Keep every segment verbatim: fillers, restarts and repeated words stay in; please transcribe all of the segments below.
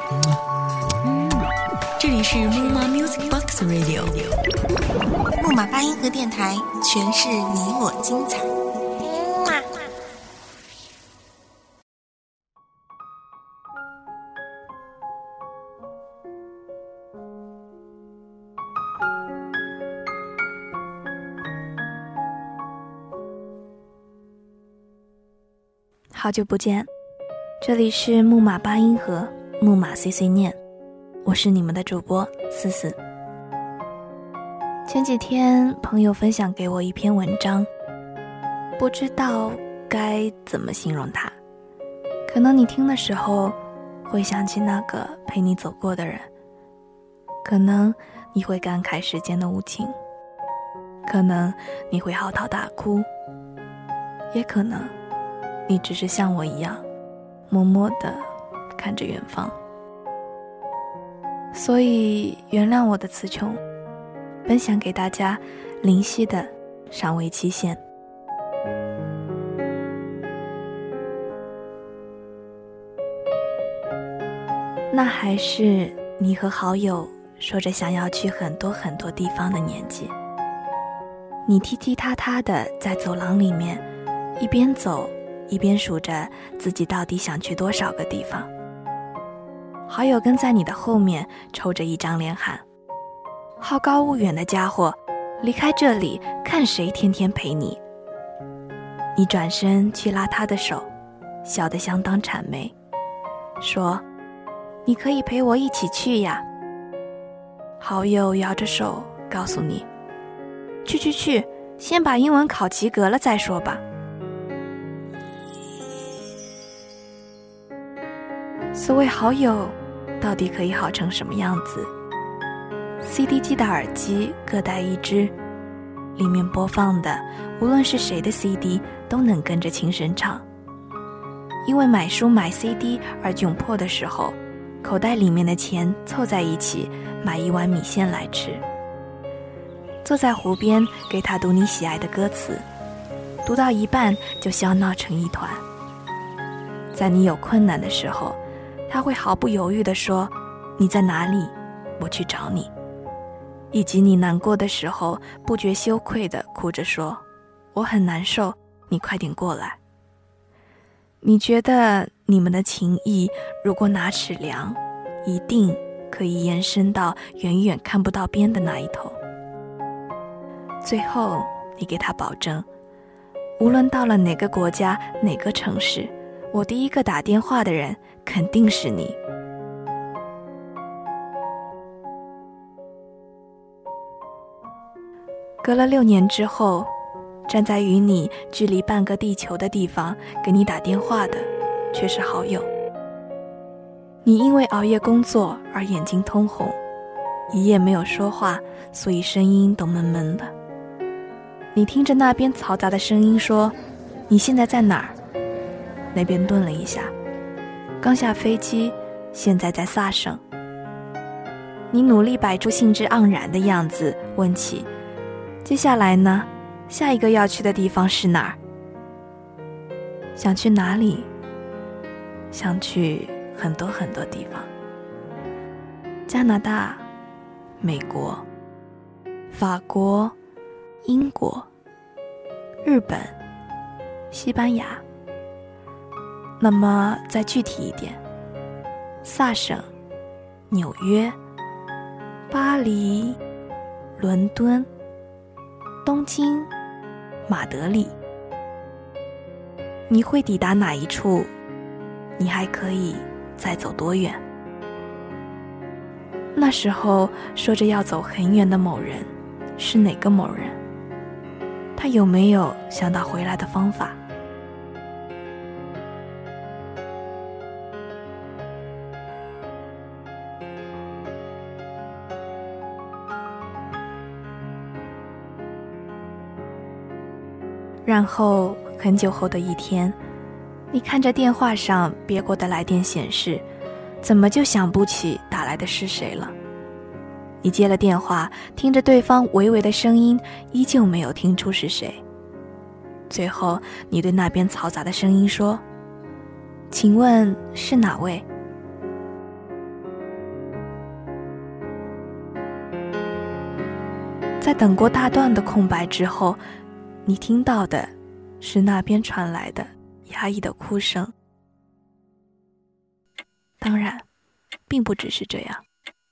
嗯，这里是木马 Music Box Radio， 木马八音盒电台，诠释你我精彩。 好久不见，这里是木马八音盒，木马碎碎念，我是你们的主播思思。前几天朋友分享给我一篇文章，不知道该怎么形容它。可能你听的时候会想起那个陪你走过的人，可能你会感慨世间的无情，可能你会嚎啕大哭，也可能你只是像我一样默默地看着远方。所以原谅我的词穷，分享给大家灵犀的尚未期限。那还是你和好友说着想要去很多很多地方的年纪，你踢踢踏踏的在走廊里面一边走一边数着自己到底想去多少个地方。好友跟在你的后面抽着一张脸喊，好高骛远的家伙，离开这里看谁天天陪你。你转身去拉他的手，笑得相当谄媚，说你可以陪我一起去呀。好友摇着手告诉你，去去去，先把英文考及格了再说吧。所谓好友到底可以好成什么样子？ C D 机的耳机各带一只，里面播放的无论是谁的 C D 都能跟着轻声唱。因为买书买 C D 而窘迫的时候，口袋里面的钱凑在一起买一碗米线来吃。坐在湖边给他读你喜爱的歌词，读到一半就笑闹成一团。在你有困难的时候，他会毫不犹豫地说，你在哪里，我去找你。以及你难过的时候不觉羞愧地哭着说，我很难受，你快点过来。你觉得你们的情谊如果拿尺量，一定可以延伸到远远看不到边的那一头。最后你给他保证，无论到了哪个国家哪个城市，我第一个打电话的人肯定是你。隔了六年之后，站在与你距离半个地球的地方给你打电话的却是好友。你因为熬夜工作而眼睛通红，一夜没有说话，所以声音都闷闷的。你听着那边嘈杂的声音说，你现在在哪儿？那边顿了一下，刚下飞机，现在在萨省。你努力摆出兴致盎然的样子，问起，接下来呢？下一个要去的地方是哪儿？想去哪里？想去很多很多地方。加拿大、美国、法国、英国、日本、西班牙。那么再具体一点，萨省、纽约、巴黎、伦敦、东京、马德里。你会抵达哪一处？你还可以再走多远？那时候说着要走很远的某人是哪个某人？他有没有想到回来的方法？然后很久后的一天，你看着电话上别过的来电显示，怎么就想不起打来的是谁了？你接了电话，听着对方微微的声音，依旧没有听出是谁。最后你对那边嘈杂的声音说，请问是哪位？ 在等过大段的空白之后，你听到的是那边传来的压抑的哭声。当然，并不只是这样。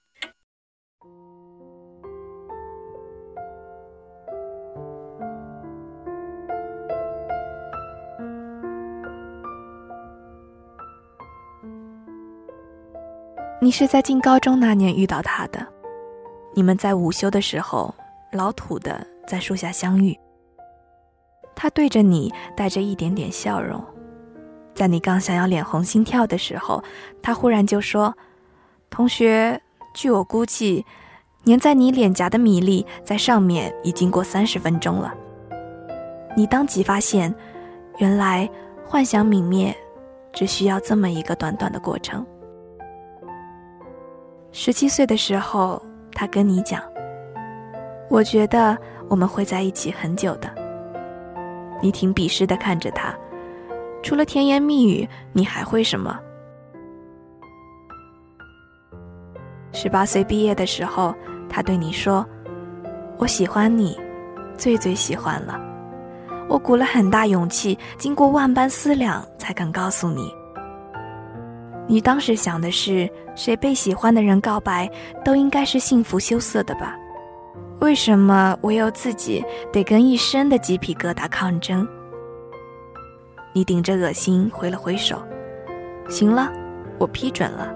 你是在进高中那年遇到他的，你们在午休的时候老土的在树下相遇。他对着你带着一点点笑容，在你刚想要脸红心跳的时候，他忽然就说：同学，据我估计，粘在你脸颊的米粒在上面已经过三十分钟了。你当即发现，原来幻想泯灭只需要这么一个短短的过程。十七岁的时候，他跟你讲，我觉得我们会在一起很久的。你挺鄙视地看着他，除了甜言蜜语，你还会什么？十八岁毕业的时候，他对你说，我喜欢你，最最喜欢了。我鼓了很大勇气，经过万般思量，才敢告诉你。你当时想的是，谁被喜欢的人告白，都应该是幸福羞涩的吧？为什么唯有自己得跟一身的鸡皮疙瘩抗争？你顶着恶心挥了挥手，行了，我批准了。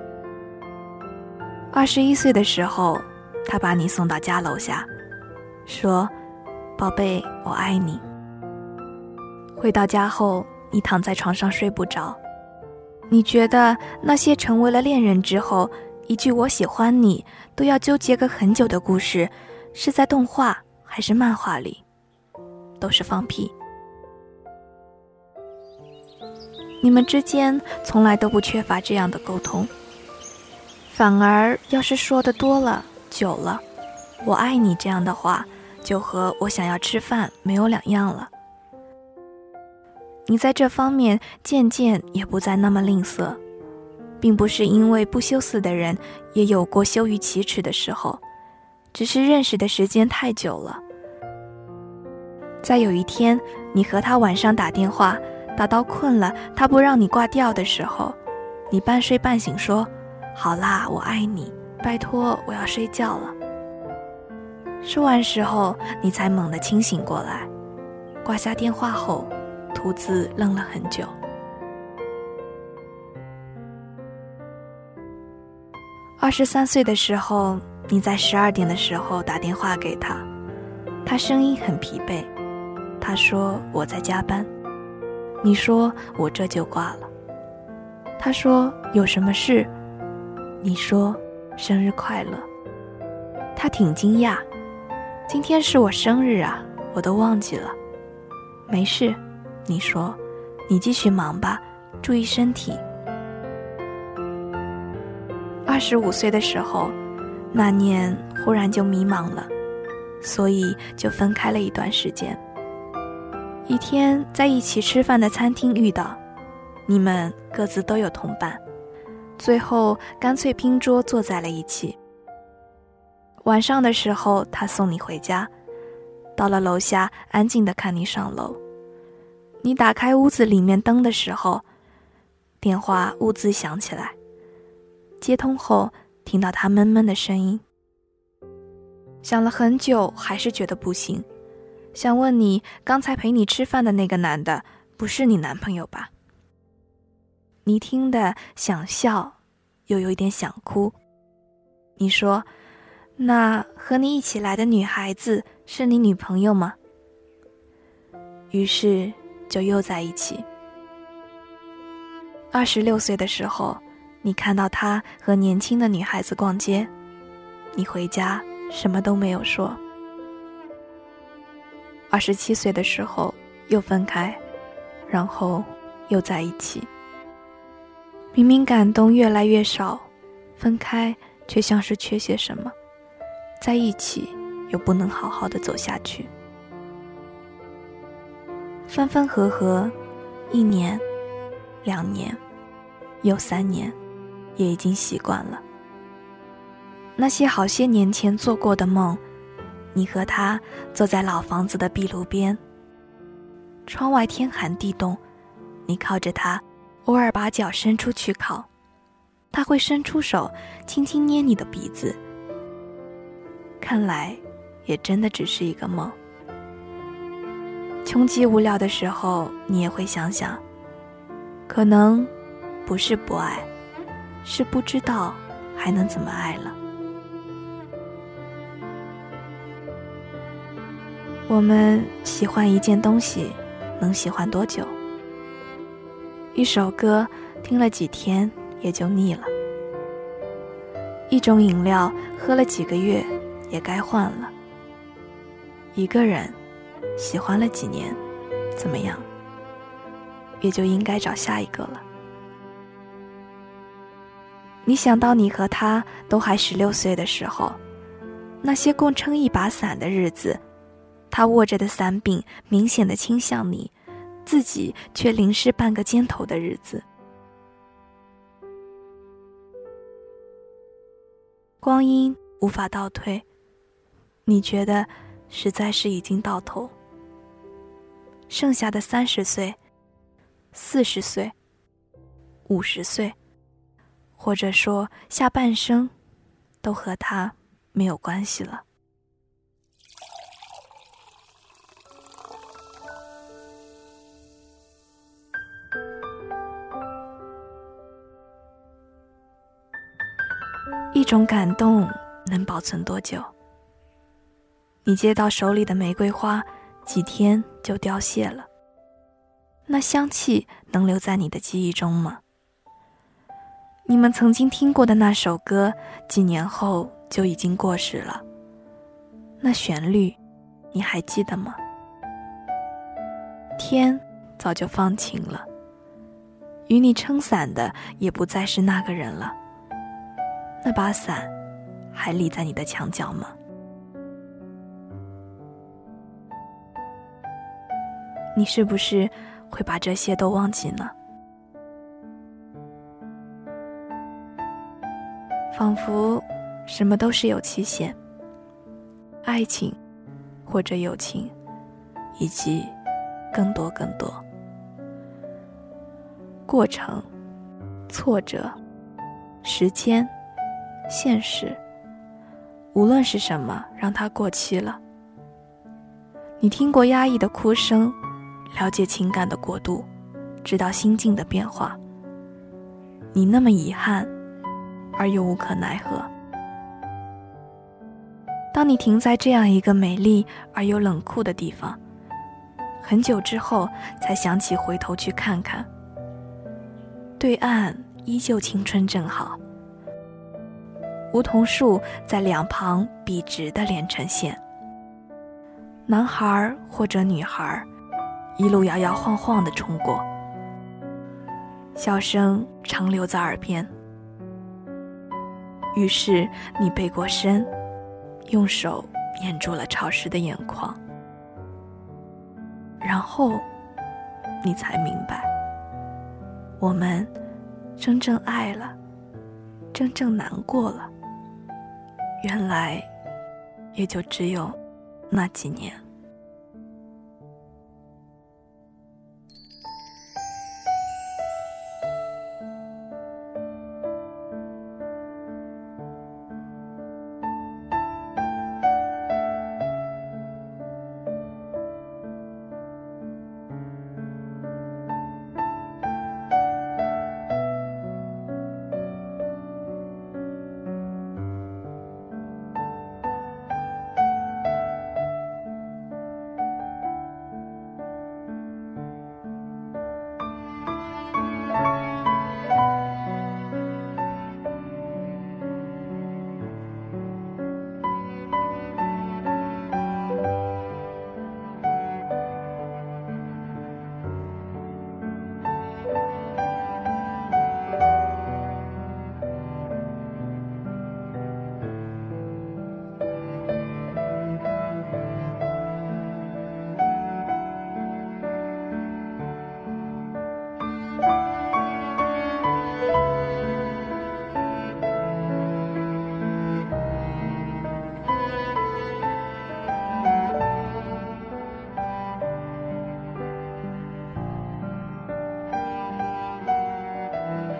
二十一岁的时候，他把你送到家楼下，说，宝贝，我爱你。回到家后，你躺在床上睡不着。你觉得那些成为了恋人之后，一句我喜欢你都要纠结个很久的故事，是在动画还是漫画里？都是放屁。你们之间从来都不缺乏这样的沟通，反而要是说的多了久了，我爱你这样的话，就和我想要吃饭没有两样了。你在这方面渐渐也不再那么吝啬，并不是因为不羞涩的人也有过羞于启齿的时候，只是认识的时间太久了。在有一天，你和他晚上打电话，打到困了，他不让你挂掉的时候，你半睡半醒说，好啦，我爱你，拜托，我要睡觉了。说完时候，你才猛地清醒过来。挂下电话后，兔子愣了很久。二十三岁的时候，你在十二点的时候打电话给他，他声音很疲惫。他说我在加班。你说我这就挂了。他说有什么事？你说生日快乐。他挺惊讶，今天是我生日啊，我都忘记了。没事，你说，你继续忙吧，注意身体。二十五岁的时候，那年忽然就迷茫了，所以就分开了一段时间。一天在一起吃饭的餐厅遇到，你们各自都有同伴，最后干脆拼桌坐在了一起。晚上的时候，他送你回家，到了楼下安静地看你上楼。你打开屋子里面灯的时候，电话兀自响起来，接通后听到他闷闷的声音。想了很久，还是觉得不行，想问你，刚才陪你吃饭的那个男的不是你男朋友吧？你听得想笑，又有一点想哭。你说，那和你一起来的女孩子是你女朋友吗？于是就又在一起。二十六岁的时候，你看到他和年轻的女孩子逛街，你回家什么都没有说。二十七岁的时候又分开，然后又在一起。明明感动越来越少，分开却像是缺些什么，在一起又不能好好的走下去。分分合合，一年、两年，又三年，也已经习惯了。那些好些年前做过的梦， 你和他坐在老房子的壁炉边，窗外天寒地冻，你靠着他，偶尔把脚伸出去靠，他会伸出手轻轻捏你的鼻子。看来也真的只是一个梦。穷极无聊的时候，你也会想想，可能不是不爱，是不知道还能怎么爱了。我们喜欢一件东西，能喜欢多久？一首歌听了几天也就腻了，一种饮料喝了几个月也该换了，一个人喜欢了几年，怎么样，也就应该找下一个了。你想到你和他都还十六岁的时候，那些共撑一把伞的日子，他握着的伞柄明显地倾向你，自己却淋湿半个肩头的日子。光阴无法倒退，你觉得实在是已经到头。剩下的三十岁、四十岁、五十岁，或者说下半生，都和他没有关系了。一种感动能保存多久？你接到手里的玫瑰花，几天就凋谢了，那香气能留在你的记忆中吗？你们曾经听过的那首歌，几年后就已经过时了，那旋律你还记得吗？天早就放晴了，与你撑伞的也不再是那个人了，那把伞还立在你的墙角吗？你是不是会把这些都忘记呢？仿佛什么都是有期限，爱情或者友情，以及更多更多。过程、挫折、时间、现实，无论是什么让它过期了。你听过压抑的哭声，了解情感的过渡，知道心境的变化。你那么遗憾，而又无可奈何。当你停在这样一个美丽而又冷酷的地方，很久之后才想起回头去看看，对岸依旧青春正好，梧桐树在两旁笔直地连成线，男孩或者女孩一路摇摇晃晃地冲过，笑声常留在耳边。于是你背过身，用手掩住了潮湿的眼眶，然后你才明白，我们真正爱了，真正难过了，原来也就只有那几年。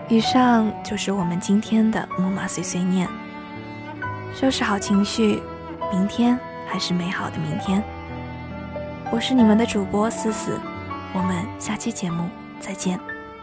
以上就是我们今天的木马碎碎念。收拾好情绪，明天还是美好的明天。我是你们的主播思思，我们下期节目再见。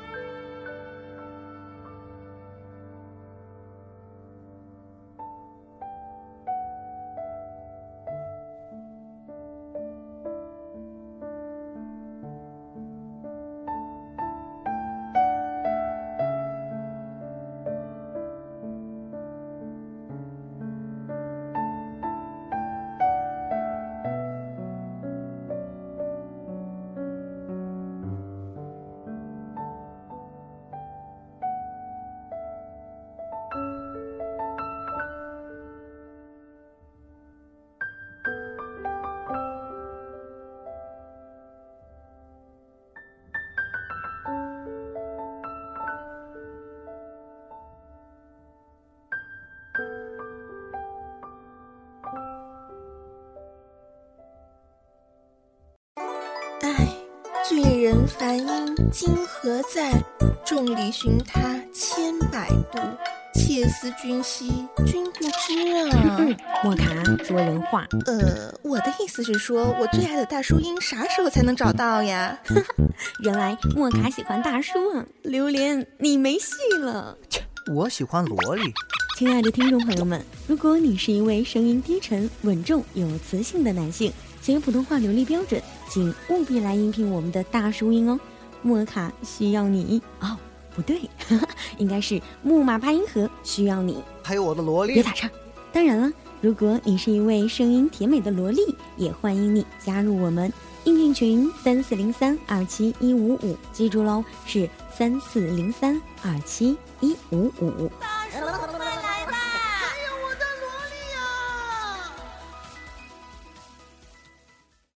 唉，醉人梵音今何在？众里寻他千百度，妾思君兮君不知啊。 嗯，莫卡说人话。 呃，我的意思是说，我最爱的大叔音啥时候才能找到呀？ 原来莫卡喜欢大叔啊！榴莲，你没戏了。 我喜欢萝莉。 亲爱的听众朋友们，如果你是一位声音低沉、稳重、有磁性的男性，且普通话流利标准，请务必来应聘我们的大叔音哦。莫卡需要你哦，不对，呵呵，应该是木马八音盒需要你。 还有我的萝莉。 别打岔。当然了，如果你是一位声音甜美的萝莉，也欢迎你加入我们应聘群三四零三二七一五五，记住喽，是三四零三二七一五五。